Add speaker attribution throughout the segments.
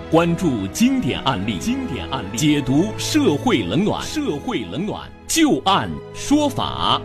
Speaker 1: 关注经典案例，解读社会冷暖，就案说法。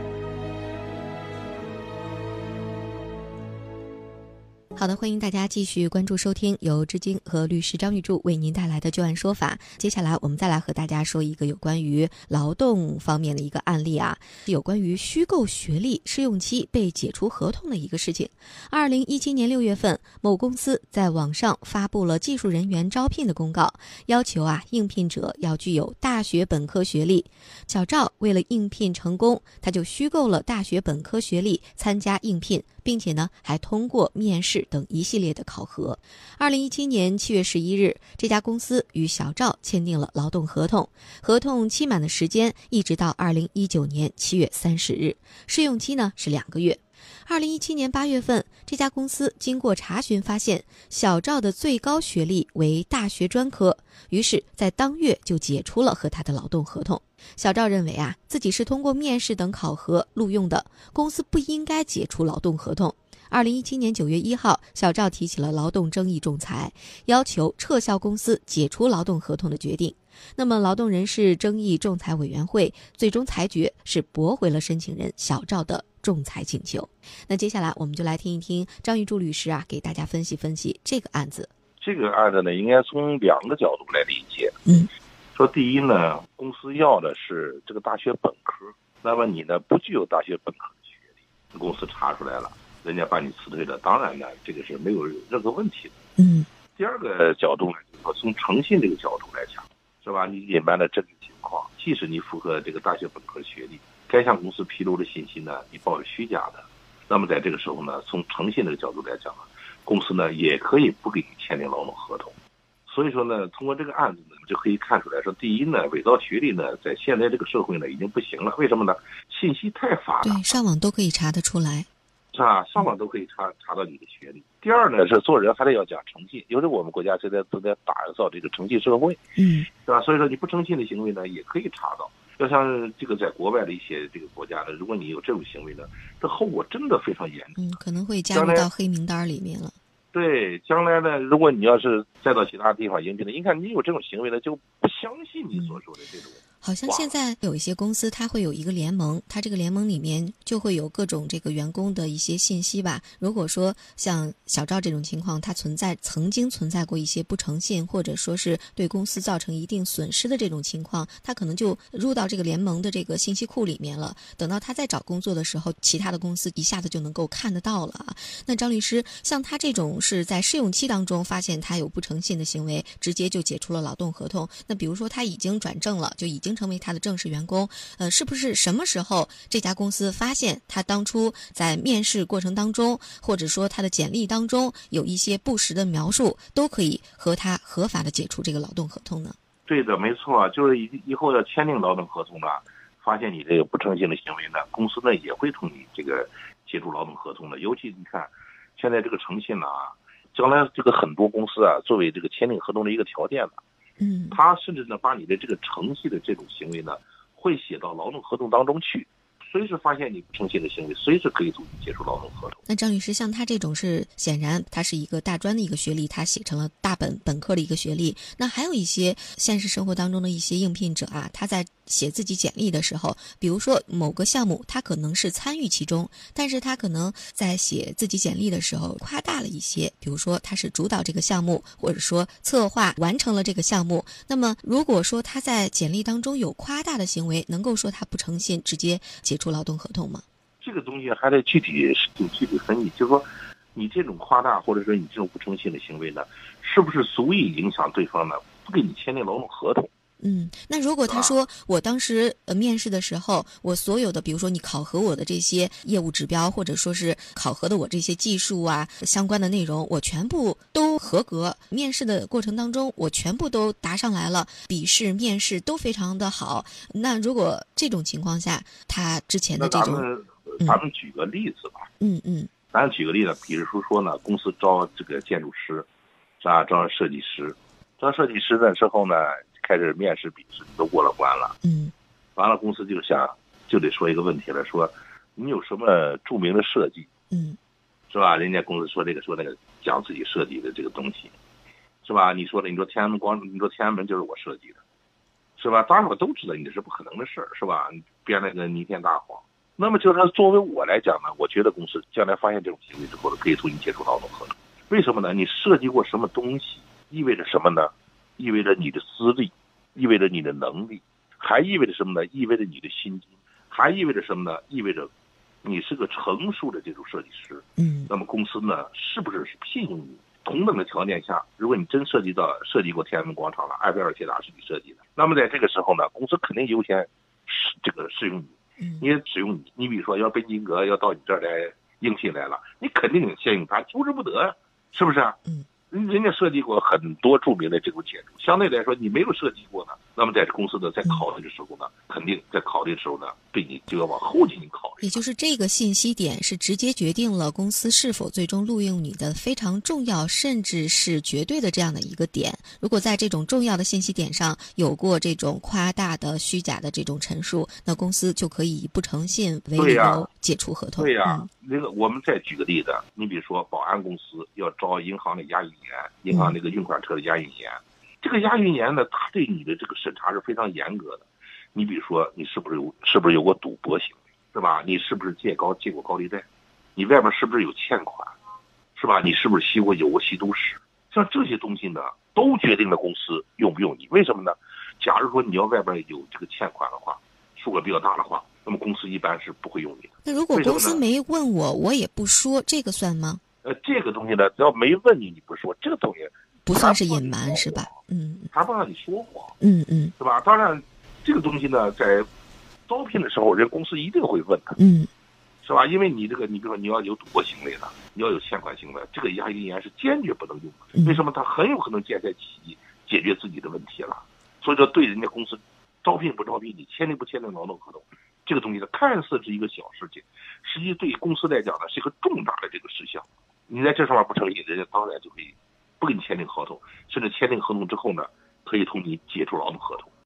Speaker 2: 好的，欢迎大家继续关注收听由知经和律师张玉柱为您带来的就案说法。接下来我们再来和大家说一个有关于劳动方面的一个案例啊，有关于虚构学历试用期被解除合同的一个事情。2017年6月份，某公司在网上发布了技术人员招聘的公告，要求应聘者要具有大学本科学历。小赵为了应聘成功，他就虚构了大学本科学历参加应聘，并且呢还通过面试等一系列的考核。2017年7月11日，这家公司与小赵签订了劳动合同，合同期满的时间一直到2019年7月30日，试用期呢是2个月。2017年8月份，这家公司经过查询发现，小赵的最高学历为大学专科，于是在当月就解除了和他的劳动合同。小赵认为自己是通过面试等考核录用的，公司不应该解除劳动合同。2017年9月1号，小赵提起了劳动争议仲裁，要求撤销公司解除劳动合同的决定。那么劳动人事争议仲裁委员会最终裁决是驳回了申请人小赵的仲裁请求。那接下来我们就来听一听张玉柱律师给大家分析分析这个案子。
Speaker 3: 这个案子呢，应该从2个角度来理解。说第一呢，公司要的是这个大学本科，那么你呢不具有大学本科的学历，公司查出来了，人家把你辞退了，当然呢这个是没有任何问题的。第二个角度呢，就是说从诚信这个角度来讲，是吧？你隐瞒了这个情况，即使你符合这个大学本科学历，该向公司披露的信息呢，你报是虚假的，那么在这个时候呢，从诚信这个角度来讲呢，公司呢也可以不给你签订劳动合同。所以说呢，通过这个案子呢，就可以看出来说，第一呢，伪造学历呢，在现在这个社会呢，已经不行了。为什么呢？信息太发达，
Speaker 2: 对，上网都可以查得出来，
Speaker 3: 是吧？上网都可以查到你的学历。第二呢，是做人还得要讲诚信，因为我们国家现在都在打造这个诚信社会，是吧？所以说你不诚信的行为呢，也可以查到。要像这个在国外的一些这个国家呢，如果你有这种行为呢，这后果真的非常严重，
Speaker 2: 可能会加入到黑名单里面了。
Speaker 3: 对，将来呢，如果你要是再到其他地方应聘的，一看你有这种行为呢，就不相信你所说的这种。
Speaker 2: 好像现在有一些公司，它会有一个联盟，它这个联盟里面就会有各种这个员工的一些信息吧。如果说像小赵这种情况，它曾经存在过一些不诚信，或者说是对公司造成一定损失的这种情况，他可能就入到这个联盟的这个信息库里面了。等到他在找工作的时候，其他的公司一下子就能够看得到了啊。那张律师，像他这种是在试用期当中发现他有不诚信的行为，直接就解除了劳动合同。那比如说他已经转正了，就已经成为他的正式员工，是不是什么时候这家公司发现他当初在面试过程当中，或者说他的简历当中有一些不实的描述，都可以和他合法的解除这个劳动合同呢？
Speaker 3: 对的，没错，就是以后要签订劳动合同呢，发现你这个不诚信的行为呢，公司呢也会同你这个解除劳动合同的。尤其你看现在这个诚信将来这个很多公司作为这个签订合同的一个条件他甚至呢把你的这个诚信的这种行为呢，会写到劳动合同当中去。随时发现你不诚信的行为，随时可以从你解除劳动合同。
Speaker 2: 那张律师，像他这种是显然他是一个大专的一个学历，他写成了大本科的一个学历。那还有一些现实生活当中的一些应聘者他在写自己简历的时候，比如说某个项目他可能是参与其中，但是他可能在写自己简历的时候夸大了一些，比如说他是主导这个项目，或者说策划完成了这个项目。那么如果说他在简历当中有夸大的行为，能够说他不诚信，直接解除劳动合同吗？
Speaker 3: 这个东西还得具体分析，就是说你这种夸大或者说你这种不诚信的行为呢，是不是足以影响对方呢不给你签订劳动合同？
Speaker 2: 那如果他说我当时面试的时候，我所有的比如说你考核我的这些业务指标，或者说是考核的我这些技术相关的内容，我全部都合格，面试的过程当中我全部都答上来了，笔试面试都非常的好。那如果这种情况下，他之前的这种
Speaker 3: 咱们举个例子吧。咱举个例子，比如说呢，公司招这个建筑师，招设计师，招设计师的时候呢，开始面试笔试都过了关了。完了公司就得说一个问题了，说你有什么著名的设计？是吧？人家公司说这个说那个，讲自己设计的这个东西，是是吧？你说天安门就是我设计的，是吧？大伙都知道你这是不可能的事儿，是吧？你编了个弥天大谎。那么就是作为我来讲呢，我觉得公司将来发现这种行为之后呢，可以同你解除劳动合同。为什么呢？你设计过什么东西，意味着什么呢？意味着你的资历，意味着你的能力，还意味着什么呢？意味着你的心机，还意味着什么呢？意味着你是个成熟的这种设计师。那么公司呢，是不是聘用你？同等的条件下，如果你真设计过天安门广场了，埃菲尔铁塔是你设计的，那么在这个时候呢，公司肯定优先使用你。你也使用你比如说要贝金格要到你这儿来应聘来了，你肯定先用他，求之不得，是不是啊？人家设计过很多著名的这种建筑，相对来说你没有设计过呢，那么在这公司呢，在考虑的时候呢，肯定在考虑的时候呢，对你就要往后进行考虑。
Speaker 2: 也就是这个信息点是直接决定了公司是否最终录用你的非常重要，甚至是绝对的这样的一个点。如果在这种重要的信息点上有过这种夸大的、虚假的这种陈述，那公司就可以以不诚信为理由解除合同。
Speaker 3: 对呀，那个我们再举个例子，你比如说保安公司要招银行的押运员，银行那个运款车的押运员，这个押运员呢，他对你的这个审查是非常严格的。你比如说，你是不是有过赌博行为，是吧？你是不是借过高利贷？你外边是不是有欠款，是吧？你是不是有过吸毒史？像这些东西呢，都决定了公司用不用你。为什么呢？假如说你要外边有这个欠款的话，数额比较大的话，那么公司一般是不会用你的。
Speaker 2: 那如果公司没问我也不说，这个算吗？
Speaker 3: 这个东西呢，只要没问你不说，这个东西
Speaker 2: 不算是隐瞒是吧？
Speaker 3: 他不让你说谎，
Speaker 2: 是
Speaker 3: 吧？当然，这个东西呢，在招聘的时候，人公司一定会问他，是吧？因为你比如说你要有赌博行为的，你要有欠款行为，这个押运员是坚决不能用的。为什么？他很有可能建在起义，解决自己的问题了。所以说，对人家公司招聘不招聘你，签订不签订劳动合同，这个东西呢，看似是一个小事情，实际对于公司来讲呢，是一个重大的这个事项。你在这上面不成立，人家当然就可以不跟你签订合同，甚至签订合同之后呢，可以同你解除劳动合同。